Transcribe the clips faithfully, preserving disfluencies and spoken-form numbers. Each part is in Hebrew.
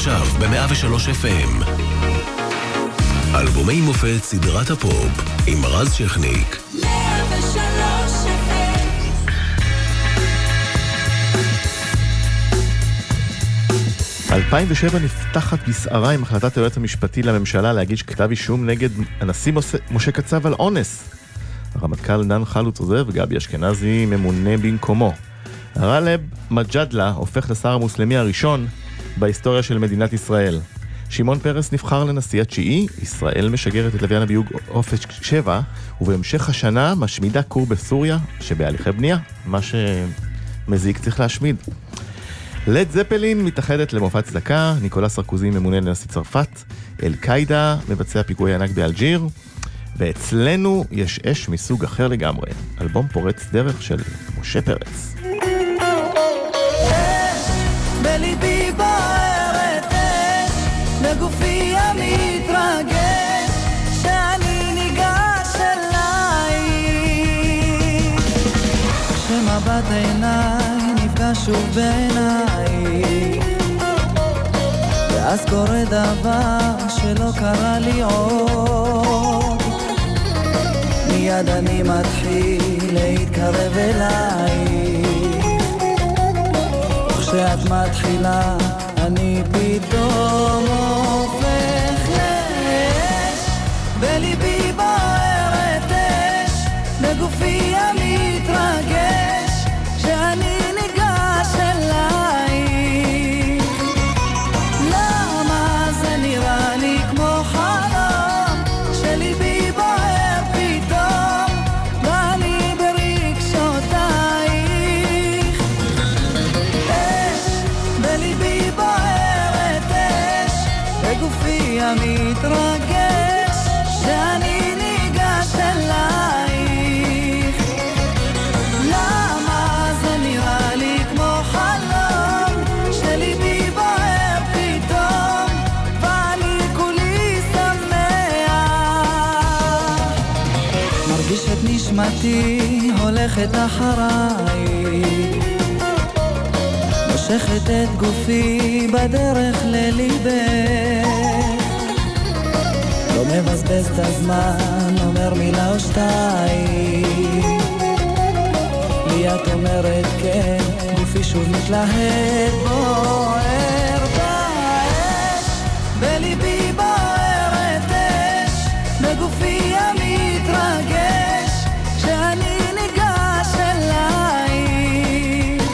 עכשיו ב-מאה ושלוש אף אם. אלבומי מופת סדרת הפופ עם רז שכניק. מאה ושלוש אף אם. אלפיים ושבע נפתחת בסערה עם החלטת היועץ המשפטי לממשלה להגיש כתב אישום נגד הנשיא משה קצב על אונס. הרמטכ"ל דן חלוץ עוזב וגבי אשכנזי ממונה במקומו. גאלב מג'אדלה הופך לשר המוסלמי הראשון בהיסטוריה של מדינת ישראל. שמעון פרס נבחר לנשיא התשיעי, ישראל משגרת את לוויין הביוג אופק שבע, ובהמשך השנה משמידה כור בסוריה שבהליכי בנייה, מה שמזיק צריך להשמיד. לד זפלין מתאחדת למופע צדקה, ניקולס סרקוזי ממונה לנשיא צרפת, אל-קאידה מבצע פיגועי ענק באלג'יר, ואצלנו יש אש מסוג אחר לגמרי, אלבום פורץ דרך של משה פרץ. בליבי בוערת אש, בגופי המתרגש, שאני ניגש אלייך. כשמבט עיניי נפגש שוב בעיניי, ואז קורה דבר שלא קרה לי עוד. מיד אני מתחיל להתקרב אלייך, כשאת מתחילה אני פתאום הופך לאש. בליבי בוערת אש, בגופי המתרגש, שאני ניגש אלייך. למה זה נראה לי כמו חלום, שליבי בוער פתאום, ואני ברגשותייך. בליבי בוערת אש, בגופי המתרגש, שאני ניגש אלייך. למה זה נראה לי כמו חלום, שליבי בוער פתאום, ואני כולי שמח. מרגיש את נשמתי הולכת אחריי, מושכת את גופי בדרך לליבך. לא מבזבז את הזמן, אומר מילה או שתיים, לי את אומרת כן, גופי שוב מתלהב. בוער באש, בליבי בוערת אש, בגופי המתרגש, שאני ניגש אלייך.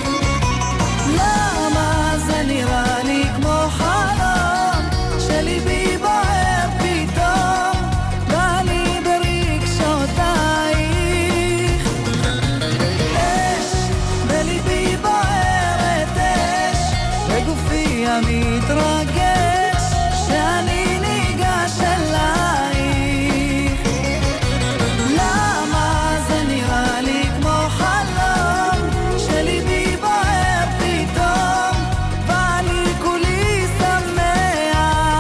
למה זה נראה לי כמו חלום, שליבי בוער פתאום, ואני ברגשותייך. אש, בליבי בוערת אש, בגופי המתרגש, שאני ניגש אלייך. למה זה נראה לי כמו חלום, שליבי בוער פתאום, ואני כולי שמח.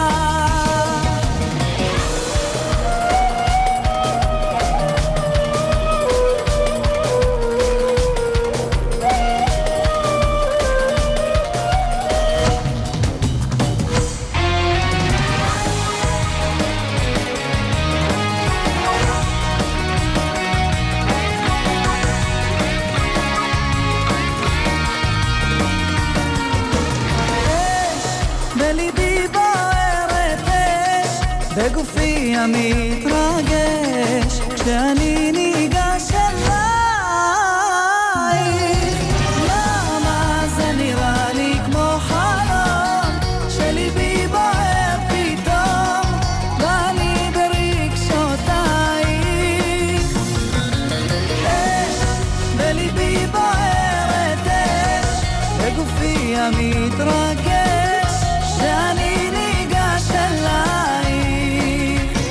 בליבי בוערת אש, בגופי המתרגש, כשאני ניגש אלייך. למה זה נראה לי כמו חלום, שליבי בוער פתאום, ואני ברגשותייך. אש, בליבי בוערת אש, בגופי המתרגש, שאני ניגש אלייך.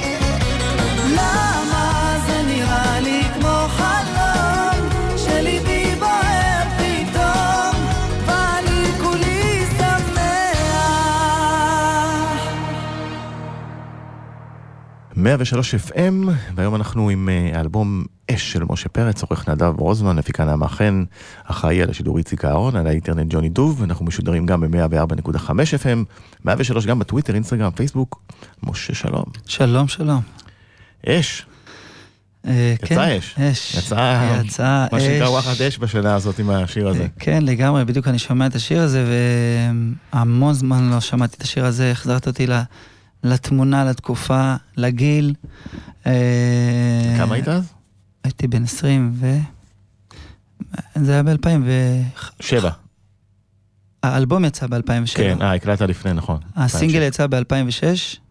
למה זה נראה לי כמו חלום, שליבי בוער פתאום, ואני כולי שמח. מאה ושלוש אף אם, והיום אנחנו עם האלבום אש של משה פרץ, עורך נדב רוזמן, הפיקה נעמה חן, אחראי על השידור איציק אהרון, על האינטרנט ג'וני דוב, אנחנו משודרים גם ב-מאה וארבע נקודה חמש אף אם, מאה ושלוש גם בטוויטר, אינסטגרם, פייסבוק. משה, שלום. שלום, שלום. אש. יצא אש. אש. יצא אש. מה שנקרא וואחד אש בשנה הזאת עם השיר הזה. כן, לגמרי, בדיוק אני שומע את השיר הזה, והמון זמן לא שמעתי את השיר הזה, החזרת אותי לתמונה, לתקופה, לגיל. כמה היית אז? הייתי בן עשרים, ו... זה היה ב-אלפיים ושבע. האלבום יצא ב-אלפיים ושבע. כן, אה, הקלטת לפני, נכון. הסינגל יצא ב-אלפיים ושש.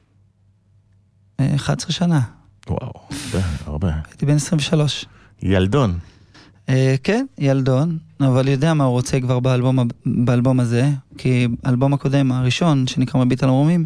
אחת עשרה שנה. וואו, הרבה, הרבה. הייתי בן עשרים ושלוש. ילדון. כן, ילדון, אבל יודע מה הוא רוצה כבר באלבום, באלבום הזה, כי האלבום הקודם, הראשון, שנקרא מביט על המרומים,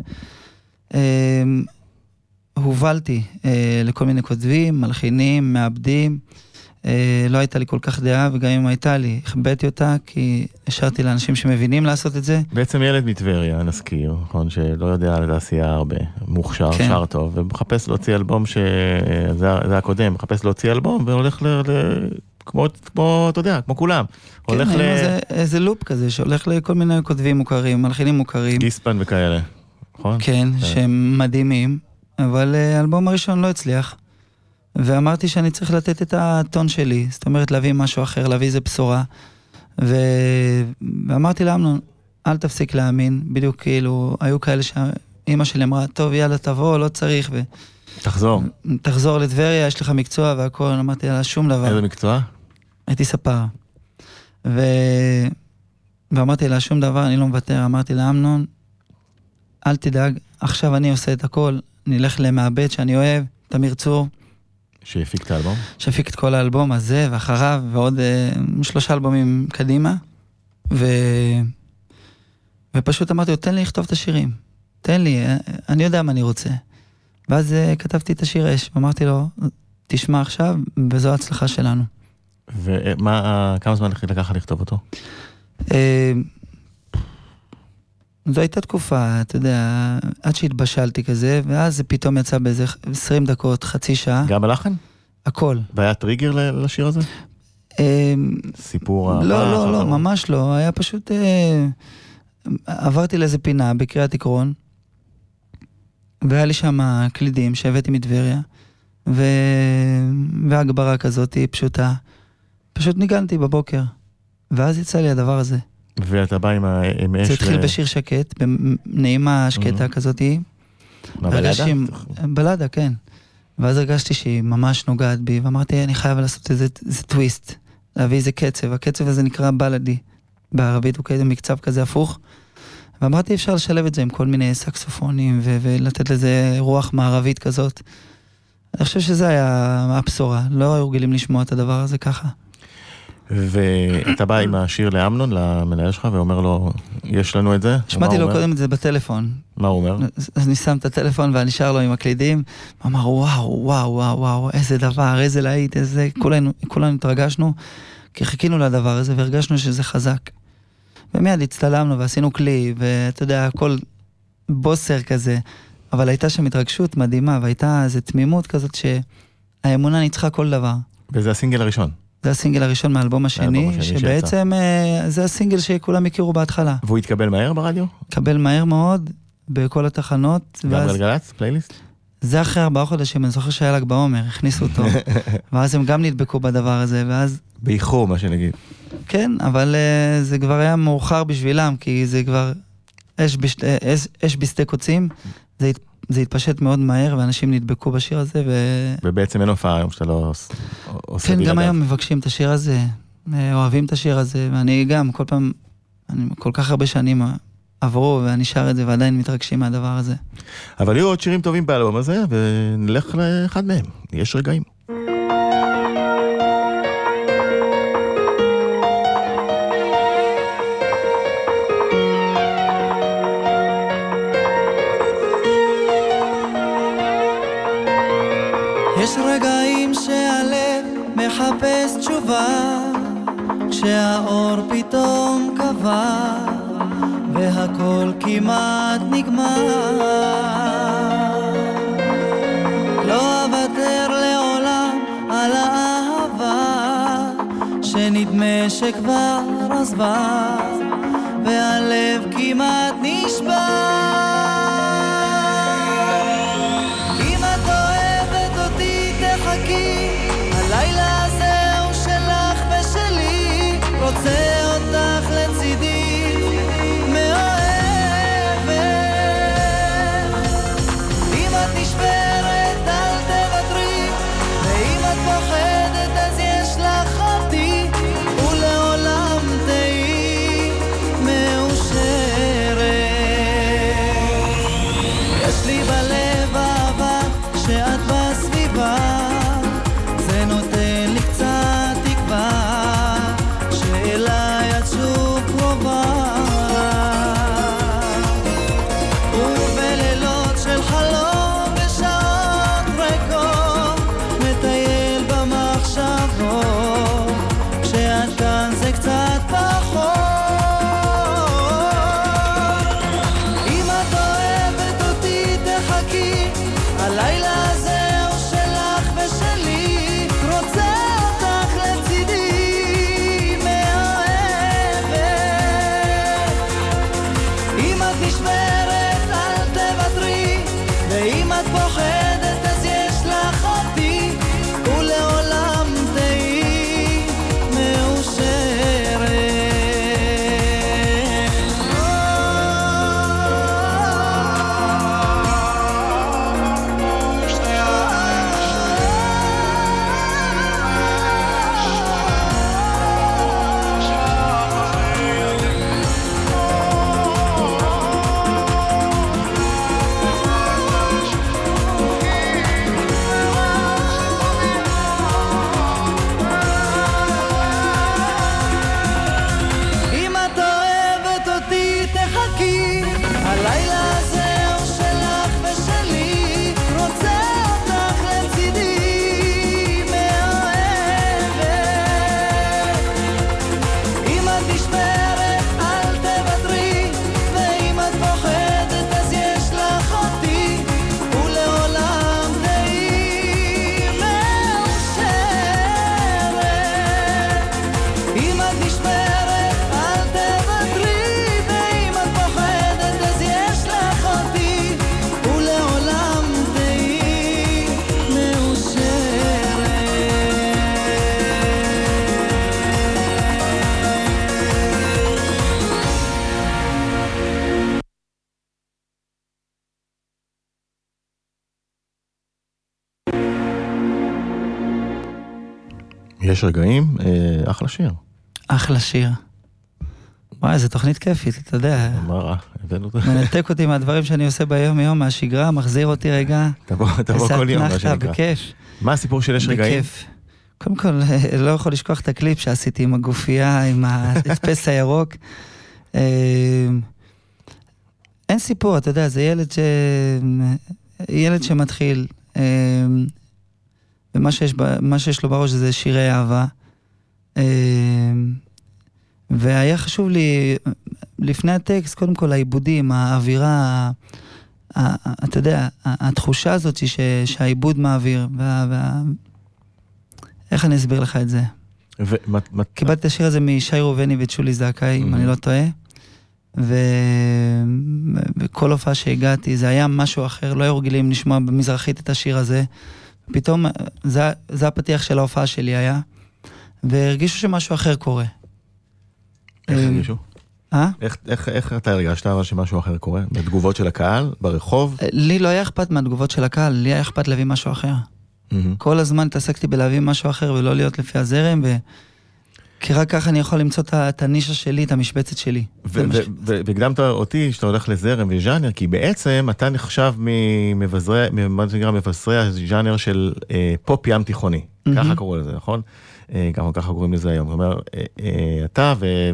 הובלתי לכל מיני כותבים, מלחינים, מעבדים, לא הייתה לי כל כך דעה, וגם אם הייתה לי, הכבדתי אותה, כי השארתי לאנשים שמבינים לעשות את זה. בעצם ילד מטבריה, נזכיר, נכון, שלא יודע על העשייה הרבה, מוכשר, כן. שר טוב, ומחפש להוציא אלבום, שזה הקודם, מחפש להוציא אלבום, והולך ל... כמו, כמו, אתה יודע, כמו כולם. כן, הולך ל... זה, איזה לופ כזה, שהולך לכל מיני כותבים מוכרים, מלחינים מוכרים. גיספן וכאלה, נכון? כן, שהם מדהימים, אבל האלבום הראשון לא הצליח. ואמרתי שאני צריך לתת את הטון שלי, זאת אומרת להביא משהו אחר, להביא איזה בשורה, ו... ואמרתי לאמנון, אל תפסיק להאמין, בדיוק כאילו, היו כאלה שאמא שלי אמרה, טוב יאללה תבוא, לא צריך, ו... תחזור. תחזור לטבריה, יש לך מקצוע והכל, אמרתי לה שום דבר. איזה מקצוע? הייתי ספר. ו... ואמרתי לה שום דבר, אני לא מוותר, אמרתי לאמנון, אל תדאג, עכשיו אני עושה את הכל, נלך למעבד שאני אוהב, תמיר צור, שהפיק את האלבום? שהפיק את כל האלבום הזה, ואחריו, ועוד אה, שלושה אלבומים קדימה, ו... ופשוט אמרתי לו, תן לי לכתוב את השירים, תן לי, אני יודע מה אני רוצה. ואז אה, כתבתי את השיר אש, ואמרתי לו, תשמע עכשיו, וזו ההצלחה שלנו. ומה, כמה זמן לקח לכתוב אותו? אה, זו הייתה תקופה, אתה יודע, עד שהתבשלתי כזה, ואז זה פתאום יצא באיזה עשרים דקות, חצי שעה. גם בלחן? הכל. והיה טריגר לשיר הזה? סיפור הבא? לא, לא, לא, ממש לא. היה פשוט... עברתי לאיזה פינה בקריאת עקרון, והיה לי שם קלידים שהבאתי מטבריה, והגברה כזאת היא פשוטה. פשוט ניגנתי בבוקר, ואז יצא לי הדבר הזה. ואתה בא עם האש... זה התחיל בשיר שקט, בנעימה שקטה כזאת. מה, בלדה? בלדה, כן. ואז הרגשתי שהיא ממש נוגעת בי, ואמרתי, אני חייב לעשות איזה טוויסט, להביא איזה קצב. הקצב הזה נקרא בלדי, בערבית הוא כזה מקצב כזה הפוך. ואמרתי, אפשר לשלב את זה עם כל מיני סקסופונים, ולתת לזה רוח מערבית כזאת. אני חושב שזה היה הבשורה, לא היו רגילים לשמוע את הדבר הזה ככה. ואתה בא עם השיר לאמנון, למנהל שלך, ואומר לו, יש לנו את זה? שמעתי לו קודם את זה בטלפון. מה הוא אומר? אז אני שם את הטלפון ואני שר לו עם הקלידים, ואמר, וואו, וואו, וואו, וואו, איזה דבר, איזה להיט, איזה... כולנו, כולנו התרגשנו, כי חיכינו לדבר הזה, והרגשנו שזה חזק. ומיד הצטלמנו ועשינו כלי, ואתה יודע, הכל בוסר כזה, אבל הייתה שם התרגשות מדהימה, והייתה איזו תמימות כזאת שהאמונה ניצחה כל דבר. וזה הסינגל הראשון. זה הסינגל הראשון מהאלבום השני, שבעצם זה הסינגל שכולם הכירו בהתחלה. והוא התקבל מהר ברדיו? התקבל מהר מאוד, בכל התחנות. גם גלגלצ, פלייליסט? זה אחרי ארבעה חודשים, אני זוכר שהיה לג בעומר, הכניסו אותו, ואז הם גם נדבקו בדבר הזה, ואז... באיחור, מה שנגיד. כן, אבל זה כבר היה מאוחר בשבילם, כי זה כבר אש בשתי קוצים, זה התפ... זה התפשט מאוד מהר, ואנשים נדבקו בשיר הזה, ו... ובעצם אין הופעה היום שאתה לא עושה כן, בלעדיו. גם היום מבקשים את השיר הזה, אוהבים את השיר הזה, ואני גם, כל פעם, אני, כל כך הרבה שנים עברו, ואני שר את זה, ועדיין מתרגשים מהדבר הזה. אבל יהיו עוד שירים טובים באלבום הזה, ונלך לאחד מהם. יש רגעים. יש רגעים שהלב מחפש תשובה, כשהאור פתאום קבע והכל כמעט נגמר. שכבר עזבה והלב כמעט נשבר. אם את אוהבת אותי תחכי, הלילה הזה הוא שלך ושלי, רוצה אותך לצידי מאוהבת. אם את נשברת אל תוותרי, ואם את פוחדת אז יש לך אותי, ולעולם תהי מאושרת. יש לי בלב אהבה שאת בסביבה, זה נותן לי קצת תקווה שאליי את שוב קרובה. ובלילות של חלום בשעות ריקות מטייל במחשבות, כשאת כאן זה קצת פחות. אם את אוהבת אותי תחכי, הלילה הזה הוא שלך ושלי, רוצה אותך לצידי מאוהבת. אם את נשברת אל תוותרי, ואם את פוחדת אז יש לך אותי, ולעולם תהי מאושרת. אם את אוהבת אותי תחכי, הלילה הזה הוא שלך ושלי, רוצה אותך לצידי מאוהבת. אם את נשברת אל תוותרי, ואם את פוחדת אז יש לך אותי, ולעולם תהי מאושרת. אם את נשברת אל תוותרי, ואם את פוחדת אז יש לך אותי, ולעולם תהי מאושרת. יש רגעים, אה, אחלה שיר. אחלה שיר. וואי, איזה תוכנית כיפית, אתה יודע. מה רע? הבאנו אותו. מנתק אותי מהדברים שאני עושה ביום יום, מהשגרה, מחזיר אותי רגע. תבוא, תבוא כל יום, מה שנקרא. בכיף. מה הסיפור של יש רגעים? בכיף. קודם כל, לא יכול לשכוח את הקליפ שעשיתי עם הגופייה, עם ההדפס הירוק. אה, אין סיפור, אתה יודע, זה ילד ש... ילד שמתחיל, אה, ומה שיש, ב- מה שיש לו בראש זה שירי אהבה. אה, והיה חשוב לי, לפני הטקסט, קודם כל העיבודים, האווירה, ה- ה- אתה יודע, ה- התחושה הזאת ש- שהעיבוד מעביר, וה- וה- איך אני אסביר לך את זה? ומה- מה- קיבלתי את השיר הזה משי רובני וצ'ולי זכאי, אם אני לא טועה, ו- וכל הופעה שהגעתי, זה היה משהו אחר, לא היו רגילים לשמוע במזרחית את השיר הזה, פתאום זה, זה הפתיח של ההופעה שלי היה, והרגישו שמשהו אחר קורה. איך הרגישו? אה? איך, איך, איך אתה הרגשת אבל שמשהו אחר קורה? בתגובות של הקהל? ברחוב? לי לא היה אכפת מהתגובות של הקהל, לי היה אכפת להביא משהו אחר. כל הזמן התעסקתי בלהביא משהו אחר ולא להיות לפי הזרם, ו... כי רק ככה אני יכול למצוא את הנישה שלי, את המשבצת שלי. והקדמת אותי שאתה הולך לזרם וז'אנר, כי בעצם אתה נחשב ממבזרי, מה זה נקרא, מבשרי הז'אנר של פופ ים תיכוני. ככה קוראים לזה, נכון? גם ככה קוראים לזה היום. זאת אומרת, אתה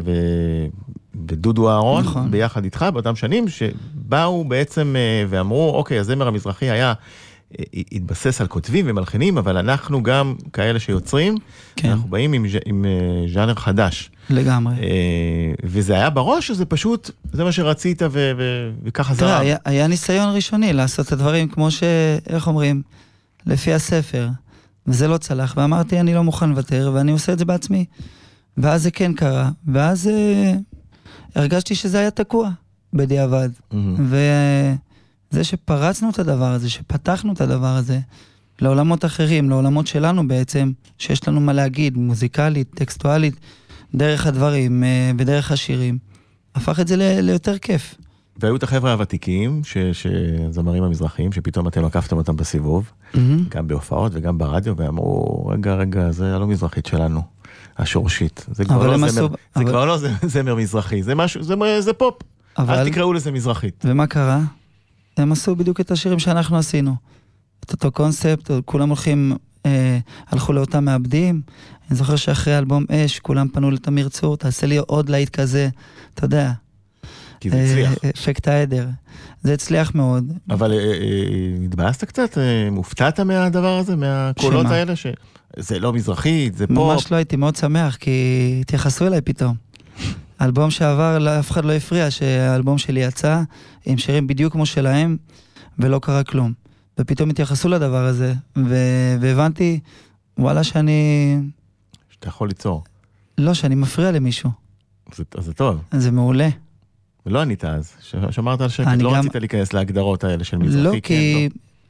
ודודו אהרון, ביחד איתך באותם שנים, שבאו בעצם ואמרו, אוקיי, הזמר המזרחי היה... התבסס על כותבים ומלחינים, אבל אנחנו גם כאלה שיוצרים, כן. אנחנו באים עם, עם ז'אנר חדש. לגמרי. וזה היה בראש, שזה פשוט, זה מה שרצית ו, ו, וככה זרם. היה, היה ניסיון ראשוני לעשות את הדברים כמו ש, איך אומרים, לפי הספר, וזה לא צלח, ואמרתי אני לא מוכן לוותר, ואני עושה את זה בעצמי. ואז זה כן קרה, ואז אה, הרגשתי שזה היה תקוע בדיעבד. Mm-hmm. וזה שפרצנו את הדבר הזה, שפתחנו את הדבר הזה, לעולמות אחרים, לעולמות שלנו בעצם, שיש לנו מה להגיד, מוזיקלית, טקסטואלית, דרך הדברים אה, ודרך השירים, הפך את זה ל- ליותר כיף. והיו את החבר'ה הוותיקים, ש- שזמרים המזרחיים, שפתאום אתם לקפתם אותם בסיבוב, mm-hmm. גם בהופעות וגם ברדיו, ואמרו, רגע, רגע, זה הלא מזרחית שלנו, השורשית. זה כבר לא, זמר, עשו, זה אבל... כבר לא זמר מזרחי, זה משהו, זה, זה פופ. אבל... אל תקראו לזה מזרחית. ומה קרה? הם עשו בדיוק את השירים שאנחנו עשינו. את אותו קונספט, כולם הולכים, אה, הלכו לאותם מעבדים. אני זוכר שאחרי אלבום אש, כולם פנו לתמיר צור, תעשה לי עוד להיט כזה, אתה יודע. כי זה הצליח. אפקט העדר. זה הצליח מאוד. אבל התבאסת קצת? מופתעת מהדבר הזה? מהקולות האלה? שזה לא מזרחית, זה פופ? ממש לא, הייתי מאוד שמח, כי התייחסו אליי פתאום. האלבום שעבר, אף אחד לא הפריע שהאלבום שלי יצא, עם שירים בדיוק כמו שלהם, ולא קרה כלום. ופתאום התייחסו לדבר הזה, והבנתי, וואלה שאני... שאתה יכול ליצור. לא, שאני מפריע למישהו. זה טוב. זה מעולה. ולא ענית אז, שמרת על שקט, לא רצית להיכנס להגדרות האלה של מזרחי. לא, כי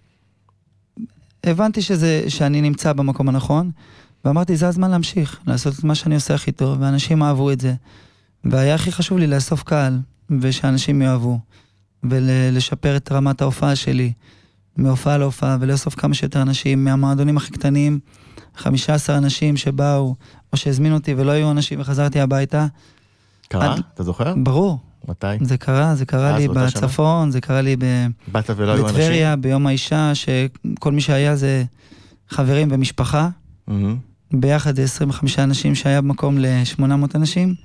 הבנתי שאני נמצא במקום הנכון, ואמרתי, זה הזמן להמשיך, לעשות את מה שאני עושה הכי טוב, ואנשים אהבו את זה. והיה הכי חשוב לי לאסוף קהל, ושאנשים יאהבו, ולשפר את רמת ההופעה שלי, מהופעה להופעה, ולאסוף כמה שיותר אנשים, מהמועדונים הכי קטנים, חמישה עשר אנשים שבאו, או שהזמינו אותי ולא היו אנשים, וחזרתי הביתה. קרה? אתה זוכר? ברור. מתי? זה קרה, זה קרה לי בצפון, זה קרה לי בטבריה, ביום האישה, שכל מי שהיה זה חברים ומשפחה. ביחד זה עשרים וחמישה אנשים שהיה במקום ל-שמונה מאות אנשים.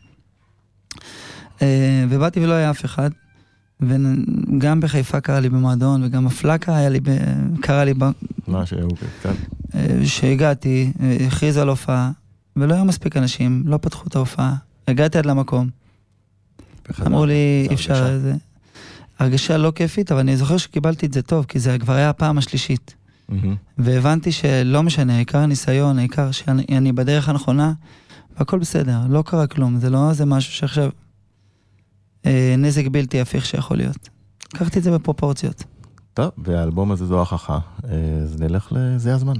ובאתי ולא היה אף אחד. וגם בחיפה קרה לי במועדון, וגם הפלקה היה לי, קרה לי... מה שהוא קצת? שהגעתי, הכריזו על הופעה, ולא היו מספיק אנשים, לא פתחו את ההופעה. הגעתי עד למקום. אמרו לי, אפשר זה. הרגשה לא כיפית, אבל אני זוכר שקיבלתי את זה טוב, כי זה כבר היה הפעם השלישית. והבנתי שלא משנה, העיקר הניסיון, העיקר שאני בדרך הנכונה, והכל בסדר, לא קרה כלום. זה לא, זה משהו שעכשיו נזק בלתי הפיך שיכול להיות. לקחתי את זה בפרופורציות. טוב, והאלבום הזה זו ההוכחה. אז נלך לזה הזמן.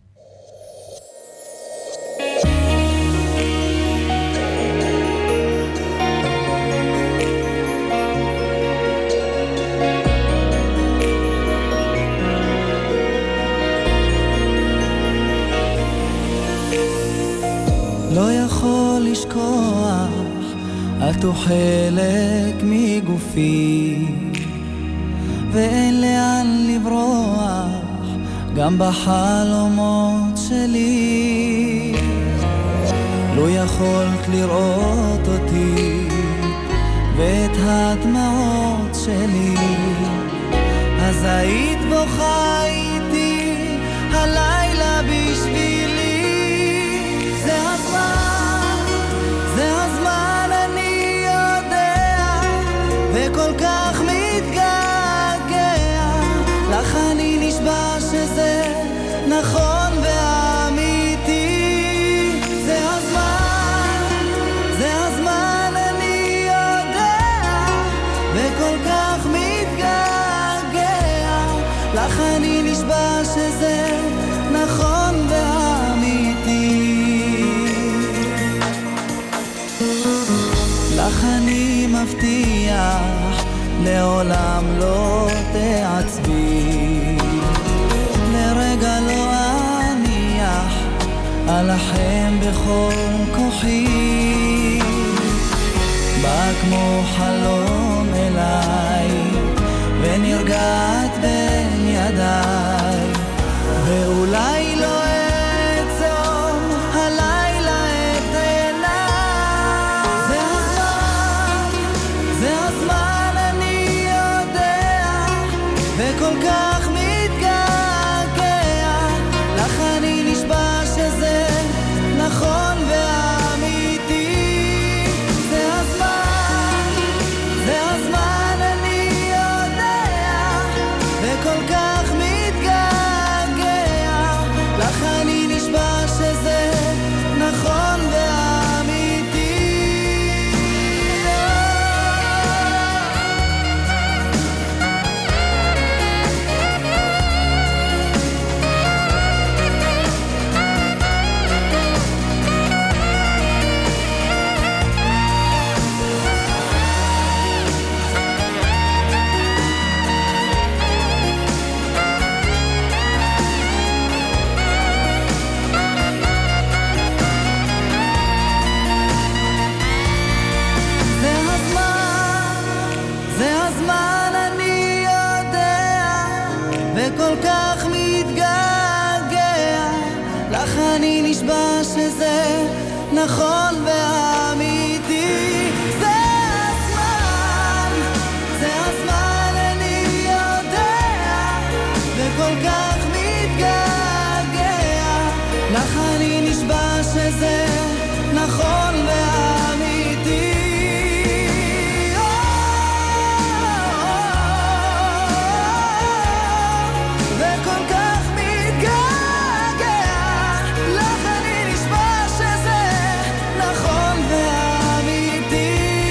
לא יכול לשכוח, את הוא חלק מגופי, ואין לאן לברוח, גם בחלומות שלי. לא יכולת לראות אותי, ואת הדמעות שלי, אז היית בוכה איתי הלילה בשבילי. זה הזמן, זה הזמן, אני יודע, וכל כך מתגעגע, לך אני נשבע שזה נכון ואמיתי. זה הזמן, זה הזמן, אני יודע, וכל כך מתגעגע, לך אני נשבע שזה נכון ואמיתי. לך אני מבטיח, לעולם לא תעצבי, לרגע לא אניח, אלחם בכל כוחי. בא כמו חלום אליי, ונרגעת בין ידיי, ואולי לא אעצום הלילה את עיניי. זה הזמן, זה הזמן, אני יודע, וכל כך מתגעגע, לך אני נשבע שזה נכון ואמיתי. זה הזמן, וכל כך מתגעגע, לך אני נשבע שזה נכון ואמיתי. זה הזמן, זה הזמן, אני יודע, וכל כך מתגעגע, לך אני נשבע שזה נכון ואמיתי. וכל כך מתגעגע, לך אני נשבע שזה נכון ואמיתי.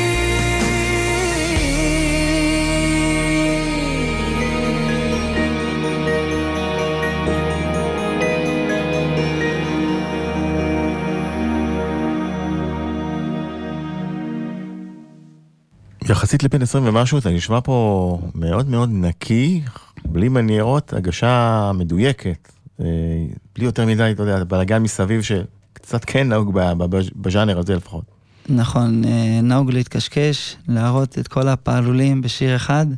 יחסית לבן עשרים ומשהו, אתה נשמע פה מאוד מאוד נקי, בלי מניירות, הגשה מדויקת, בלי יותר מדי, אתה יודע, בלגן מסביב שקצת כן נהוג בז'אנר הזה לפחות. נכון, נהוג להתקשקש, להראות את כל הפעלולים בשיר אחד.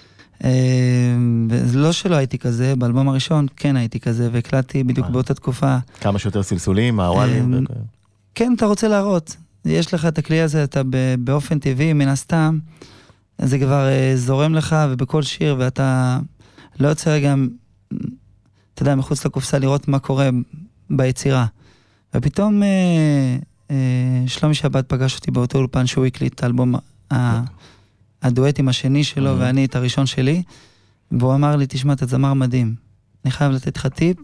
לא שלא הייתי כזה, באלבום הראשון כן הייתי כזה, והקלטתי בדיוק באותה תקופה. כמה שיותר סלסולים, מערלים. כן, אתה רוצה להראות. יש לך את הכלי הזה, אתה באופן טבעי, מן הסתם, זה כבר זורם לך, ובכל שיר, ואתה לא יוצא גם, אתה יודע, מחוץ לקופסה לראות מה קורה ביצירה. ופתאום אה, אה, שלומי שבת פגש אותי באותו אולפן שהוא הקליט את האלבום הדואטים השני שלו, ואני את הראשון שלי, והוא אמר לי, תשמע, אתה זמר מדהים, אני חייב לתת לך טיפ,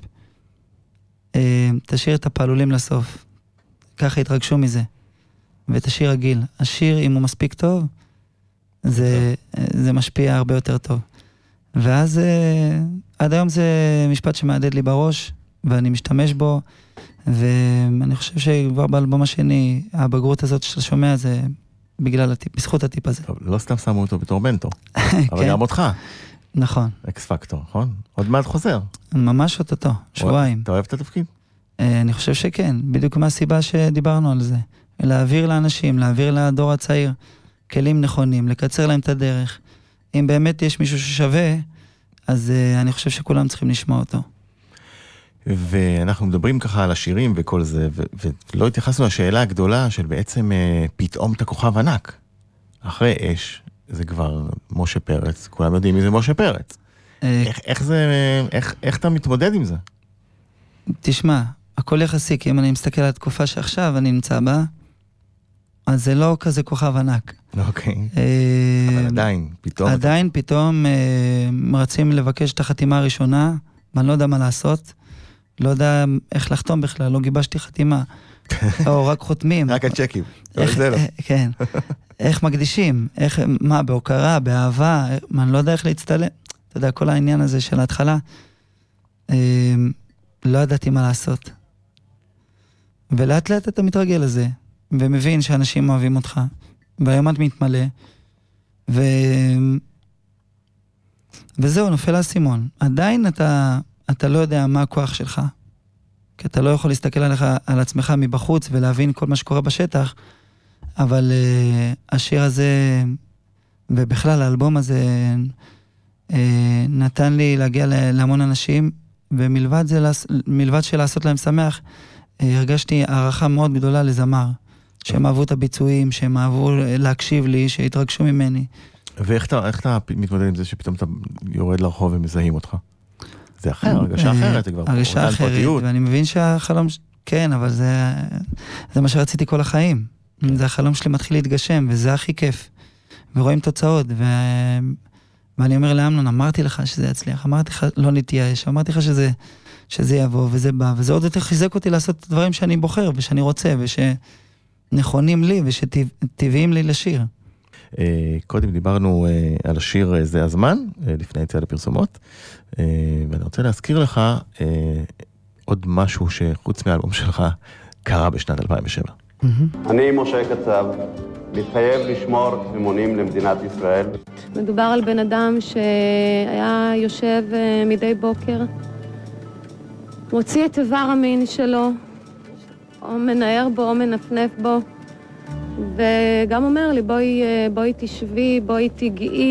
אה, תשאיר את הפעלולים לסוף, ככה התרגשו מזה. ואת השיר רגיל. השיר, אם הוא מספיק טוב, זה, זה משפיע הרבה יותר טוב. ואז עד היום זה משפט שמעדד לי בראש, ואני משתמש בו, ואני חושב שכבר באלבום השני, הבגרות הזאת שאתה שומע, זה בגלל הטיפ, בזכות הטיפ הזה. טוב, לא סתם שמו אותו בתור בנטו, אבל גם אותך. נכון. אקס פקטור, נכון? עוד מעט חוזר. ממש אותו, שבועיים. אתה אוהב את התפקיד? אני חושב שכן, בדיוק מהסיבה שדיברנו על זה. להעביר לאנשים, להעביר לדור הצעיר כלים נכונים, לקצר להם את הדרך. אם באמת יש מישהו ששווה, אז uh, אני חושב שכולם צריכים לשמוע אותו. ואנחנו מדברים ככה על השירים וכל זה, ו- ולא התייחסנו לשאלה הגדולה של בעצם uh, פתאום את הכוכב ענק. אחרי אש, זה כבר משה פרץ, כולם יודעים מי זה משה פרץ. איך, איך זה, איך, איך אתה מתמודד עם זה? תשמע, הכל יחסי, כי אם אני מסתכל על התקופה שעכשיו אני נמצא בה, אז זה לא כזה כוכב ענק. אוקיי. אבל עדיין, פתאום... עדיין פתאום רצים לבקש את החתימה הראשונה, ואני לא יודע מה לעשות, לא יודע איך לחתום בכלל, לא גיבשתי חתימה, או רק חותמים. רק הצ'קים. כן. איך מקדישים, מה, בהוקרה, באהבה, אני לא יודע איך להצטלם. אתה יודע, כל העניין הזה של ההתחלה, לא ידעתי מה לעשות. ולאט לאט אתה מתרגל לזה, ומבין שאנשים אוהבים אותך, והיום את מתמלא, ו... וזהו, נופל הסימון. עדיין אתה, אתה לא יודע מה הכוח שלך, כי אתה לא יכול להסתכל עליך, על עצמך מבחוץ, ולהבין כל מה שקורה בשטח, אבל uh, השיר הזה, ובכלל האלבום הזה, uh, נתן לי להגיע להמון אנשים, ומלבד זה, מלבד של לעשות להם שמח, הרגשתי הערכה מאוד גדולה לזמר, שהם אהבו את הביצועים, שהם אהבו להקשיב לי, שהתרגשו ממני. ואיך אתה, איך אתה מתמודד עם זה שפתאום אתה יורד לרחוב ומזהים אותך? זה אחר, הרגשה אחרת, זה כבר הרגשה אחרת, ואני מבין שהחלום, כן, אבל זה, זה מה שרציתי כל החיים. זה החלום שלי מתחיל להתגשם, וזה הכי כיף. ורואים תוצאות, ו... ואני אומר לאמנון, אמרתי לך שזה יצליח, אמרתי לך לא נתייאש, אמרתי לך שזה, שזה יבוא וזה בא, וזה עוד יותר חיזק אותי לעשות את הדברים שאני בוחר, ושאני רוצה, ושנכונים לי, ושטבעיים לי לשיר. קודם דיברנו על השיר זה הזמן, לפני יציאה לפרסומות, ואני רוצה להזכיר לך עוד משהו שחוץ מהאלבום שלך קרה בשנת אלפיים ושבע. אני משה קצב, מתחייב לשמור אמונים למדינת ישראל. מדובר על בן אדם שהיה יושב מדי בוקר, מוציא את איבר המין שלו, או מנער בו או מנפנף בו, וגם אומר לי, בואי, בואי תשבי, בואי תגעי.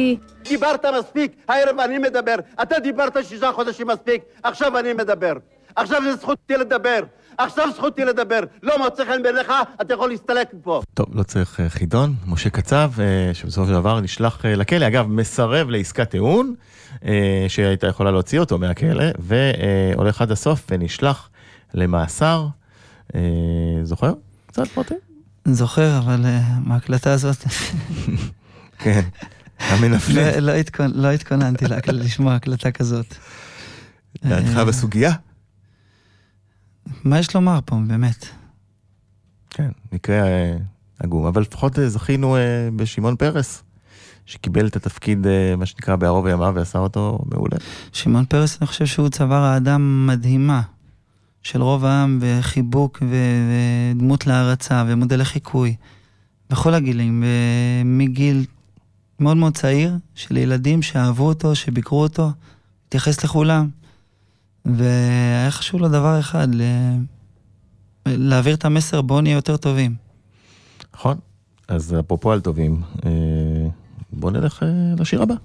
דיברת מספיק, הערב אני מדבר. אתה דיברת שישה חודשים מספיק, עכשיו אני מדבר. עכשיו זה זכותי לדבר. עכשיו זכותי לדבר. לא מוצא חן בעיניך, אתה יכול להסתלק מפה. טוב, לא צריך חידון. משה קצב, שבסופו של דבר נשלח לכלא. אגב, מסרב לעסקת טיעון, שהייתה יכולה להוציא אותו מהכלא, והולך עד הסוף ונשלח למאסר. זוכר? קצת פרוטים? זוכר, אבל מההקלטה הזאת... כן, המנפלים. לא התכוננתי לשמוע הקלטה כזאת. דעתך בסוגיה? מה יש לומר פה, באמת? כן, מקרה עגום. אבל לפחות זכינו בשמעון פרס, שקיבל את התפקיד, מה שנקרא, בערוב הימיו, ועשה אותו מעולה. שמעון פרס, אני חושב שהוא צבר האדם מדהימה, של רוב העם, וחיבוק, ודמות להרצה, ומודל לחיקוי, בכל הגילים, מגיל מאוד מאוד צעיר, של ילדים שאהבו אותו, שביקרו אותו, התייחס לכולם, והיה חשוב לו דבר אחד, להעביר את המסר, בואו נהיה יותר טובים. נכון, אז אפרופו על טובים, בואו נלך לשיר הבא.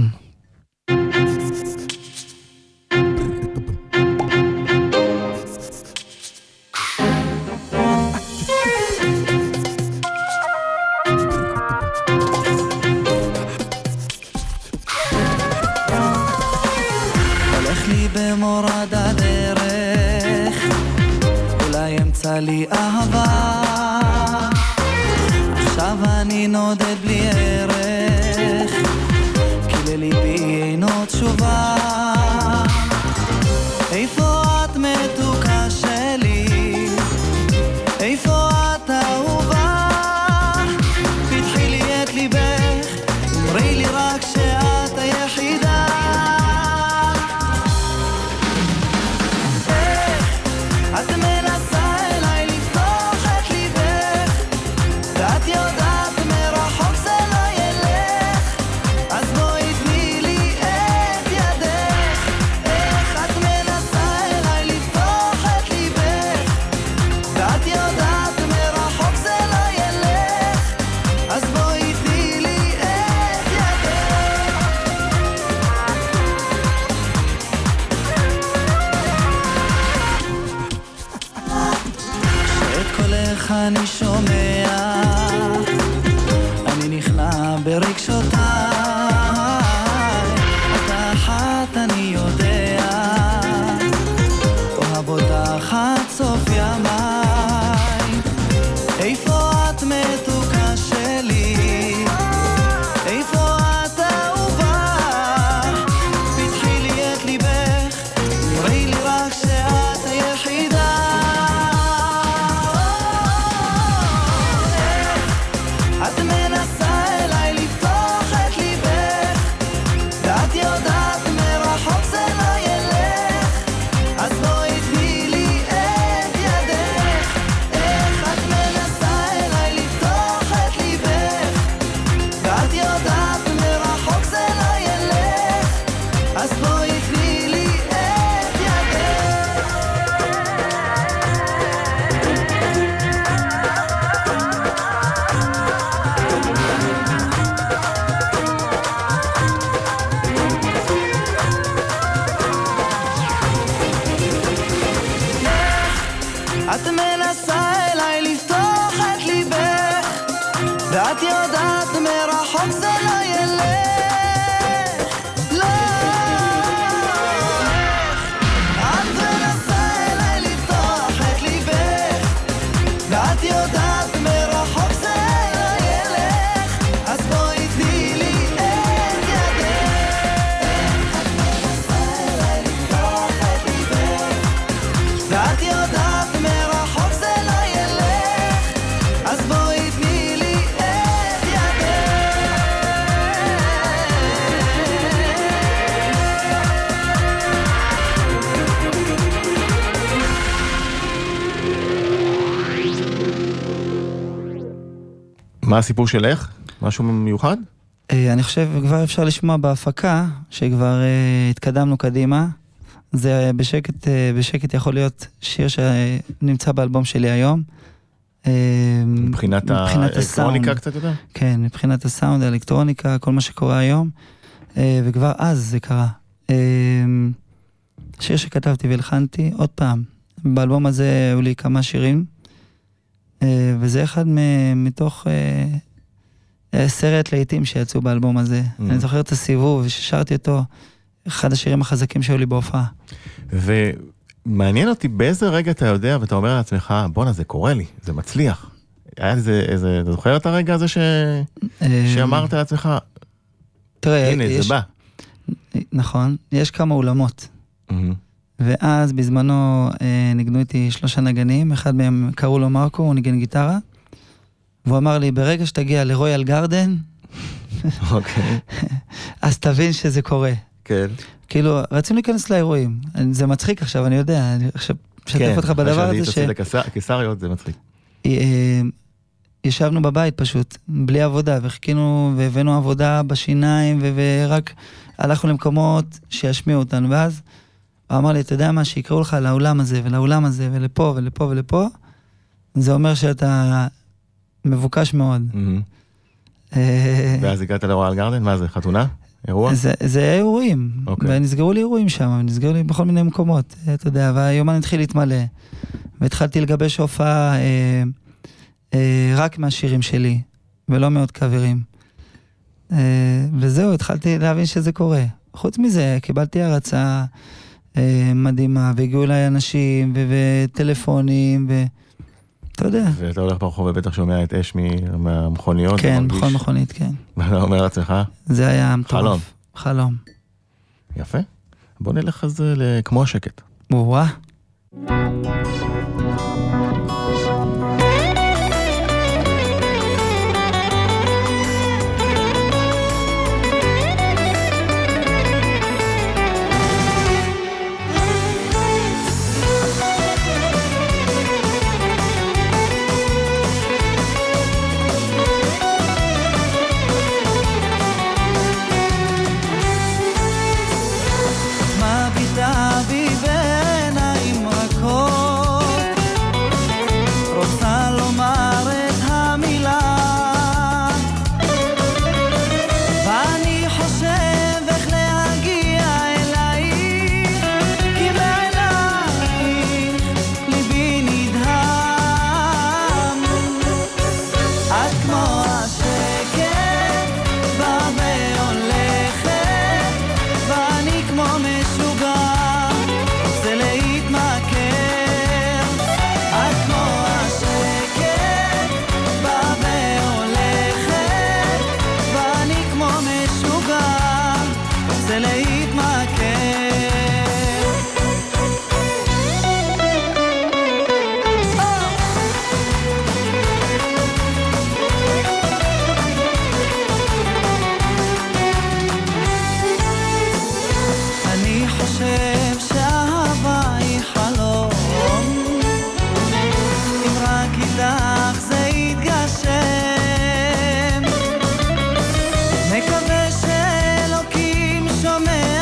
במורד הדרך אולי אמצא לי אהבה עכשיו אני נודד בלי ערך כי לליבי אינו תשובה איפה את מתוקה שלי איפה את אהובה פתחי לי את ליבך אמרי לי רק שאת היחידה את מנסה אליי לפתוח את ליבך ואת יודעת מרחוק זה לא ילך אז בואי תני לי את ידך איך את מנסה אליי לפתוח את ליבך ואת יודעת מרחוק זה לא ילך אז בואי תני לי את ידך את קולך אני שומע אני נכנע ברגשותיי את אחת אני יודע אוהב אותך עד סוף ימיי איפה את מתוקה שלי איפה את אהובה פתחי לי את ליבך אמרי לי רק שאת היחידה את מנסה אליי לפתוח את ליבך ואת יודעת מרחוק זה לא ילך אז בואי תני לי את ידך איך את מנסה אליי לפתוח את ליבך ואת יודעת מרחוק זה לא ילך אז בואי תני לי את ידך את מנסה אליי לפתוח את ליבך ואת יודעת מרחוק זה לא ילך לא את מנסה אליי לפתוח את ליבך ואת יודעת מרחוק זה לא ילך אז בואי תני לי את ידך את מנסה אליי לפתוח את ליבך ואת יודעת מרחוק זה לא ילך אז בואי תני לי את ידך מה הסיפור שלך? משהו מיוחד? אני חושב כבר אפשר לשמוע בהפקה, שכבר התקדמנו קדימה. זה בשקט, בשקט יכול להיות שיר שנמצא באלבום שלי היום. מבחינת האלקטרוניקה קצת יותר? כן, מבחינת הסאונד, האלקטרוניקה, כל מה שקורה היום. וכבר אז זה קרה. שיר שכתבתי והלחנתי, עוד פעם, באלבום הזה היו לי כמה שירים, וזה אחד מתוך סרט לעיתים שיצאו באלבום הזה. אני זוכר את הסיבוב ששרתי אותו, אחד השירים החזקים שהיו לי בהופעה. ומעניין אותי באיזה רגע אתה יודע ואתה אומר לעצמך, בונה, זה קורה לי, זה מצליח. היה איזה, איזה, אתה זוכר את הרגע הזה ש... שאמרת לעצמך, תראה, הנה, יש... זה בא. נכון, יש כמה אולמות. ואז בזמנו ניגנו איתי שלושה נגנים, אחד מהם קראו לו מרקו, הוא ניגן גיטרה, והוא אמר לי, ברגע שתגיע לרויאל גרדן, אוקיי. אז תבין שזה קורה. כן. כאילו, רצינו להיכנס לאירועים. זה מצחיק עכשיו, אני יודע, אני עכשיו משתף אותך בדבר הזה ש... כן, קיסריות זה מצחיק. ישבנו בבית פשוט, בלי עבודה, וחיכינו והבאנו עבודה בשיניים, ורק הלכנו למקומות שישמיעו אותנו, ואז הוא אמר לי, אתה יודע מה, שיקראו לך לאולם הזה, ולאולם הזה, ולפה, ולפה, ולפה, זה אומר שאתה מבוקש מאוד. ואז הגעת לרויאל גרדן, מה זה, חתונה? אירוע? זה אירועים, ונסגרו לי אירועים שם, ונסגרו לי בכל מיני מקומות, אתה יודע, והיומן התחיל להתמלא, והתחלתי לגבש הופעה רק מהשירים שלי, ולא מאוד קאברים. וזהו, התחלתי להבין שזה קורה. חוץ מזה, קיבלתי הרצאה מדהימה, והגיעו אליי אנשים, וטלפונים, ואתה יודע. ואתה הולך ברחוב ובטח שומע את אש מהמכוניות. כן, בכל מכונית, כן. ואתה אומר לעצמך? זה היה מטורף. חלום. חלום. יפה. בוא נלך אז כמו השקט. וואה. מקווה שאלוקים שומע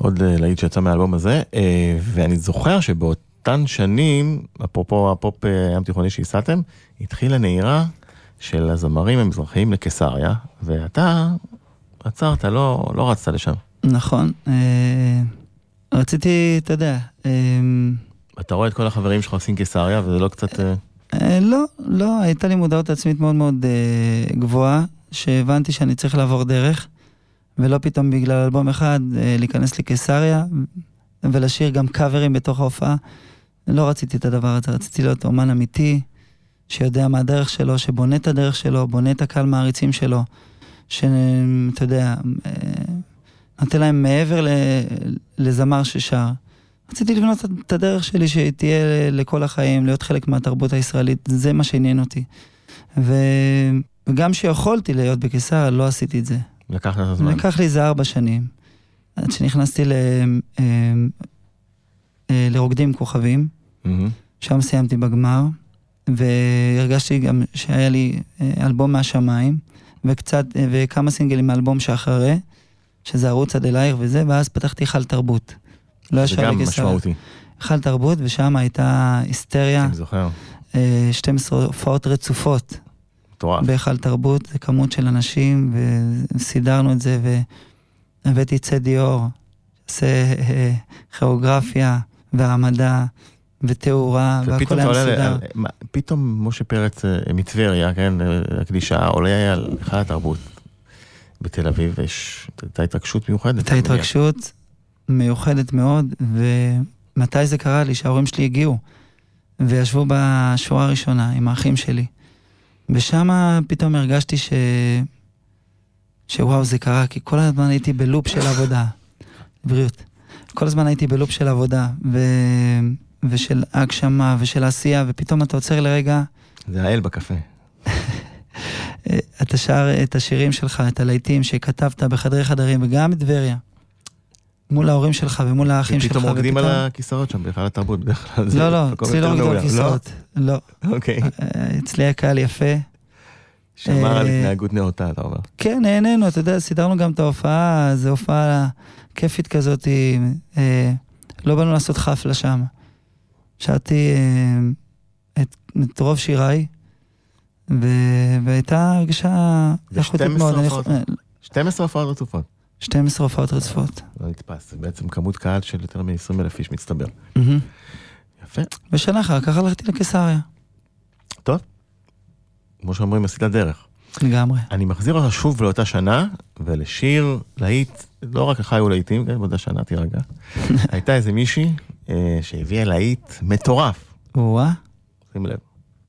עוד להיט שיצא מהאלבום הזה, ואני זוכר שבאותן שנים, אפרופו הפופ ים תיכוני שהסעתם, התחילה נהירה של הזמרים המזרחיים לקיסריה, ואתה עצרת, לא, לא רצת לשם. נכון. רציתי, אתה יודע... אתה רואה את כל החברים שלך עושים קיסריה, וזה לא קצת... לא, לא, הייתה לי מודעות עצמית מאוד מאוד גבוהה, שהבנתי שאני צריך לעבור דרך, ולא פתאום בגלל אלבום אחד להיכנס לקיסריה, ולשיר גם קאברים בתוך ההופעה. לא רציתי את הדבר הזה, רציתי להיות אומן אמיתי, שיודע מה הדרך שלו, שבונה את הדרך שלו, בונה את הקהל מעריצים שלו, שאתה יודע, נותן להם מעבר לזמר ששר. רציתי לבנות את הדרך שלי שתהיה לכל החיים, להיות חלק מהתרבות הישראלית, זה מה שעניין אותי. וגם שיכולתי להיות בקיסריה, לא עשיתי את זה. לקח לך זמן? לקח לי זה ארבע שנים. עד שנכנסתי ל... לרוקדים כוכבים, שם סיימתי בגמר, והרגשתי גם שהיה לי אלבום מהשמיים, וקצת, וכמה סינגלים מאלבום שאחרי, שזה ערוץ עד אלייך וזה, ואז פתחתי חל תרבות. לא זה גם משמעותי. חל תרבות, ושם הייתה היסטריה. אני זוכר. שתים עשרה הופעות רצופות. מטורף. בהיכל תרבות, זה כמות של אנשים, וסידרנו את זה, והבאתי את צדי אור, עושה כוריאוגרפיה, והעמדה, ותאורה, והכל היה מסודר. פתאום משה פרץ מטבריה, כן, הקדישה, עולה על היכל התרבות בתל אביב, והייתה התרגשות מיוחדת. הייתה התרגשות מיוחדת מאוד, ומתי זה קרה לי? שההורים שלי הגיעו, וישבו בשורה הראשונה עם האחים שלי. ושם פתאום הרגשתי ש... שוואו, זה קרה, כי כל הזמן הייתי בלופ של עבודה. בריאות. כל הזמן הייתי בלופ של עבודה, ו... ושל הגשמה, ושל עשייה, ופתאום אתה עוצר לרגע... זה האל בקפה. אתה שר את השירים שלך, את הלהיטים שכתבת בחדרי חדרים, וגם בטבריה. מול ההורים שלך ומול האחים שלך. ופתאום רוקדים על הכיסאות שם, בהיכל התרבות. לא, לא, אצלי לא רוקדים על כיסאות. לא. אוקיי. אצלי הקהל יפה. שמר על התנהגות נאותה, אתה אומר. כן, נהנינו, אתה יודע, סידרנו גם את ההופעה, זו הופעה כיפית כזאת, לא באנו לעשות חפלה שם. שרתי את רוב שיריי, והייתה הרגשה איכותית מאוד. שתים עשרה הופעות רצופות. שתים עשרה הופעות רצופות. לא נתפס, זה בעצם כמות קהל של יותר מ-עשרים אלף איש מצטבר. יפה. ושנה אחר כך הלכתי לקיסריה. טוב. כמו שאומרים, עשית דרך. לגמרי. אני מחזיר אותה שוב לאותה שנה, ולשיר להיט, לא רק חיו להיטים, כן, באותה שנה תירגע. הייתה איזה מישהי שהביאה להיט מטורף. וואה. שים לב.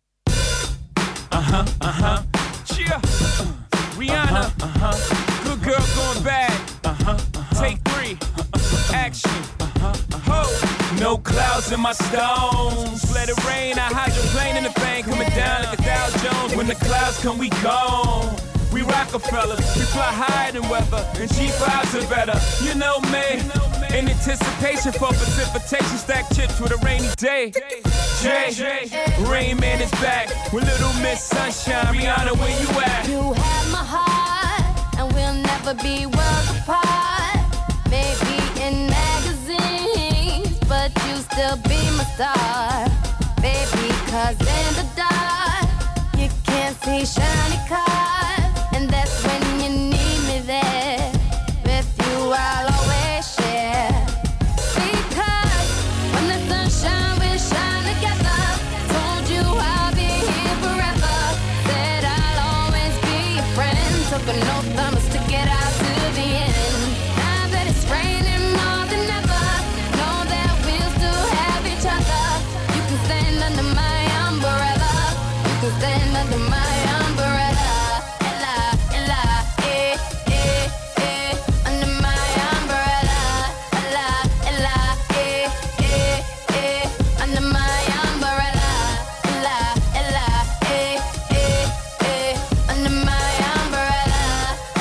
אהה, אהה, צ'יה, ריאנה, good girl going bad, take three, action, ho, no clouds in my stones, let it rain, I hydroplane in the thing, coming down like a Dow Jones, when the clouds come we gone, we Rockefellers, we fly higher than weather, and G fives are better, you know me, in anticipation for precipitation, stack chips with a rainy day, Jay, Rain Man is back, with Little Miss Sunshine, Rihanna, where you at? You have my heart, and we'll never be worlds apart, maybe in magazines, but you still be my star, baby, cause in the dark, you can't see shiny cars, and that's when you need me there, with you I'll always share, because when the sunshine will shine together, told you I'll be here forever, said I'll always be your friend, took an oath I'ma stick it out to the end, now that it's raining more than ever, know that we'll still have each other, you can stand under my umbrella, you can stand under my umbrella, Ella, Ella, eh, eh, eh, under my umbrella, Ella, Ella, eh, eh, eh, under my umbrella, Ella, Ella, eh, eh, eh, under my umbrella,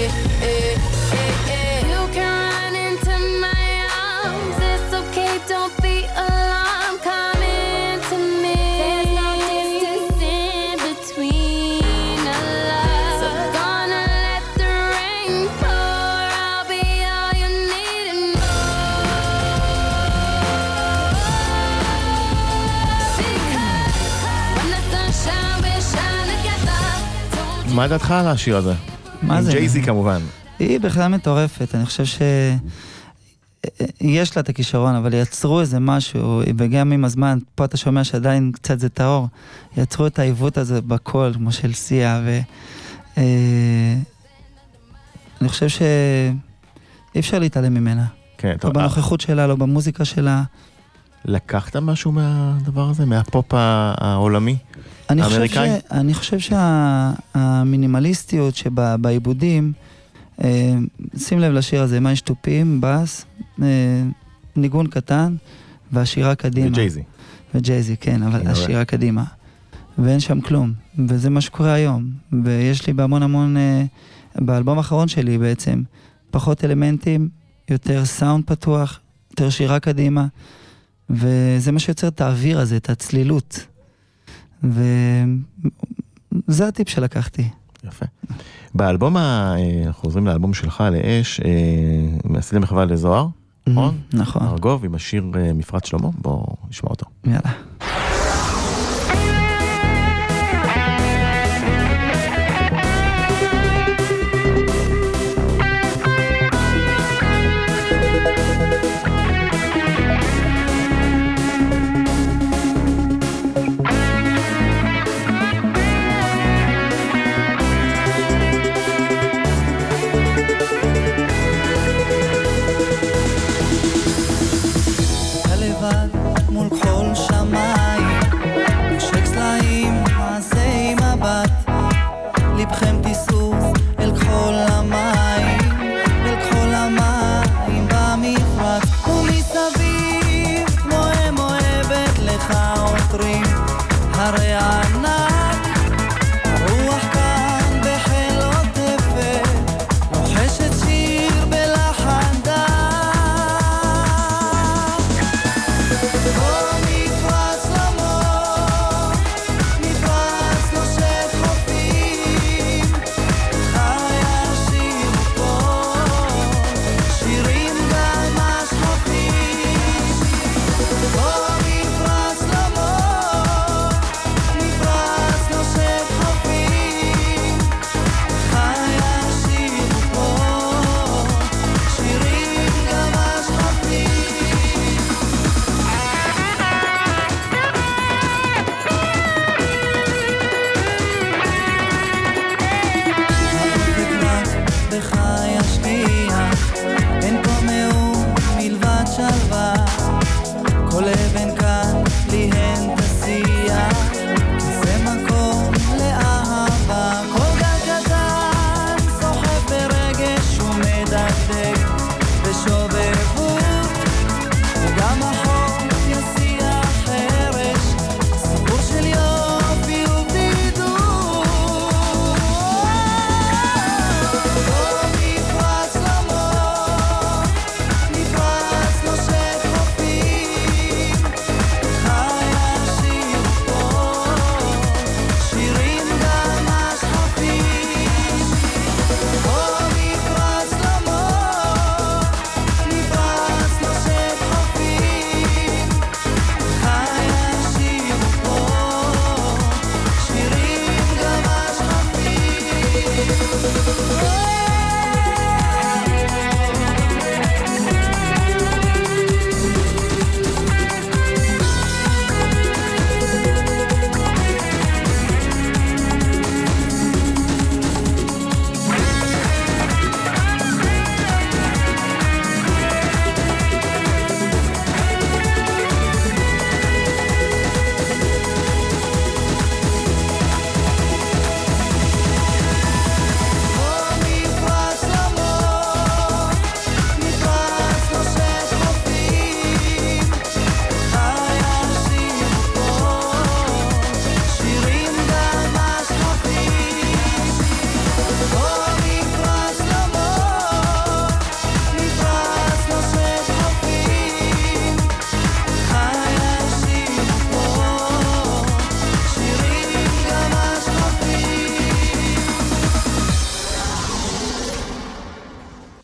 You can run into my arms. It's okay, don't be alarmed. Come into me. There's no distance in between our love. So gonna let the rain pour. I'll be all you need and more. Because when the sun shines, we shine together. מה דעתך על השיר הזה? מה זה? עם ג'ייזי כמובן. היא בכלל מטורפת, אני חושב ש... יש לה את הכישרון, אבל יצרו איזה משהו, וגם עם הזמן, פה אתה שומע שעדיין קצת זה טהור, יצרו את העיוות הזה בקול, כמו של סיה, ו... אני חושב ש... אי אפשר להתעלם ממנה. כן, לא בנוכחות שלה, לא במוזיקה שלה. לקחת משהו מהדבר הזה, מהפופ העולמי? אני חושב, ש... אני חושב שהמינימליסטיות שבעיבודים, אה, שים לב לשיר הזה, מה יש תופים, בס, אה, ניגון קטן, והשירה קדימה. וג'ייזי. וג'ייזי, כן, אבל השירה קדימה. ואין שם כלום, וזה מה שקורה היום. ויש לי בהמון המון, אה, באלבום האחרון שלי בעצם, פחות אלמנטים, יותר סאונד פתוח, יותר שירה קדימה, וזה מה שיוצר את האוויר הזה, את הצלילות. וזה הטיפ שלקחתי. יפה. באלבום, אנחנו חוזרים לאלבום שלך, לאש, עשיתם מחווה לזוהר, נכון? נכון. ארגוב עם השיר מפרץ שלמה, בואו נשמע אותו. יאללה. מול כל שמיים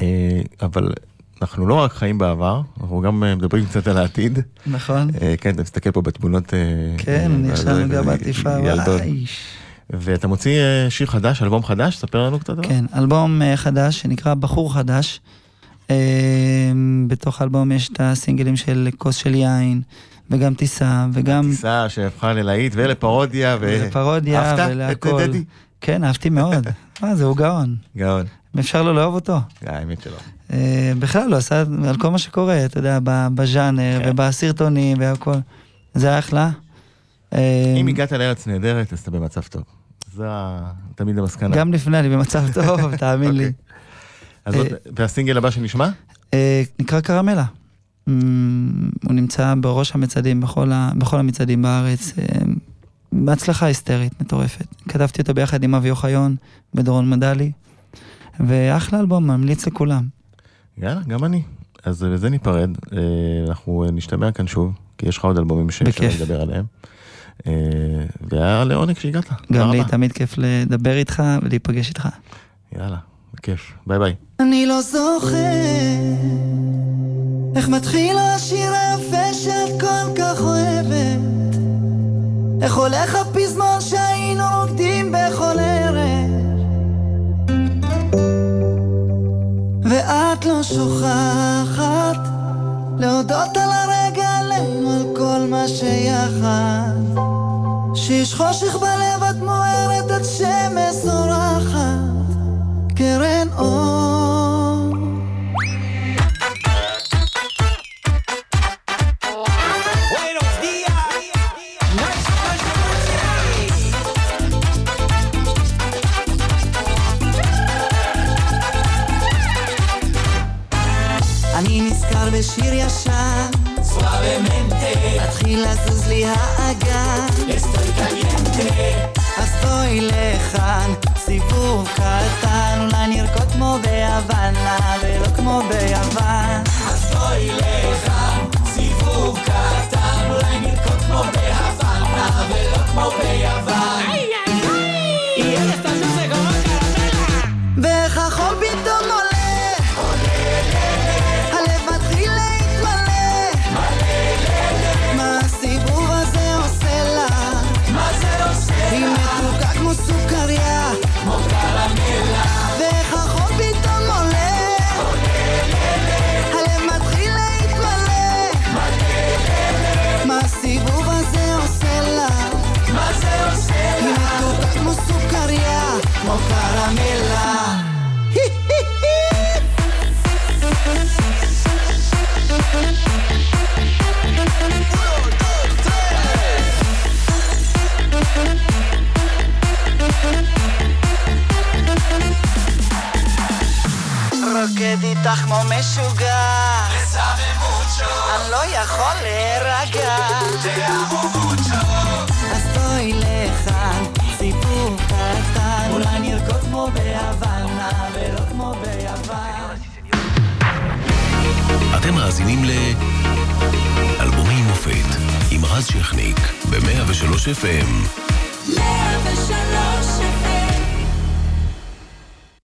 אבל אנחנו לא רק חיים בעבר, אנחנו גם מדברים קצת על העתיד. נכון. כן, אתה מסתכל פה בתמונות... כן, אני עכשיו נוגע בעטיפה, וואי. ואתה מוציא שיר חדש, אלבום חדש, ספר לנו קצת. כן, אלבום חדש שנקרא בחור חדש. בתוך האלבום יש את הסינגלים של כוס של יין, וגם טיסה, וגם... טיסה שהפכה ללהיט ולפרודיה, ולפרודיה, ולהכל. כן, אהבתי מאוד. מה, זהו גאון. גאון. אפשר לו לאהוב אותו. האמת שלא. בכלל לא, עשה על כל מה שקורה, אתה יודע, בז'אנר, ובסרטונים, והכל. זה היה אחלה. אם הגעת לארץ נהדרת, אז אתה במצב טוב. זה תמיד המסקנה. גם לפני, אני במצב טוב, תאמין לי. והסינגל הבא שנשמע? נקרא קרמלה. הוא נמצא בראש המצעדים, בכל המצעדים בארץ. בהצלחה היסטרית, מטורפת. כתבתי אותו ביחד עם אבי אוחיון, בדורון מדלי, ואחלה אלבום, ממליץ לכולם. יאללה, גם אני. אז לזה ניפרד. אנחנו נשתמע כאן שוב, כי יש לך עוד אלבומים שאפשר לדבר עליהם. והיה לעונג שהגעת. גם לי תמיד כיף לדבר איתך ולהיפגש איתך. יאללה, בכיף. ביי ביי. אני לא זוכר איך מתחיל השיר היפה שאת כל כך אוהבת, איך הולך הפזמון שהיינו רוקדים בכל ערב, ואת לא שוכחת להודות על הרגע עלינו, על כל מה שיחד, שיש חושך בלב את מוארת, את שמש זורחת קרן אור. אני נזכר בשיר ישן, suavemente, מתחיל לזוז לי האגן, estoy caliente, אז בואי לכאן, סיבוב קטן, אולי נרקוד כמו ביוונה ולא כמו ביוון. אז בואי לכאן, סיבוב קטן, אולי נרקוד כמו ביוונה ולא כמו ביוון. Y él está dulce como caramela, ואיך החום פתאום עולה, הלב מתחיל להתמלא, מה הסיבוב הזה עושה לה, היא מתוקה כמו סוכריה, כמו קרמלה, ואיך החום פתאום עולה, הלב מתחיל להתמלא, מה הסיבוב הזה עושה לה, היא מתוקה כמו סוכריה, כמו קרמלה. רוקד איתך כמו משוגע, אני לא יכול להירגע, אז בואי לכאן, סיפור קטן, אולי נרקוד כמו ביוונה ולא כמו ביוון. אתם מאזינים לאלבומי מופת עם רז שכניק ב-מאה ושלוש אף אם.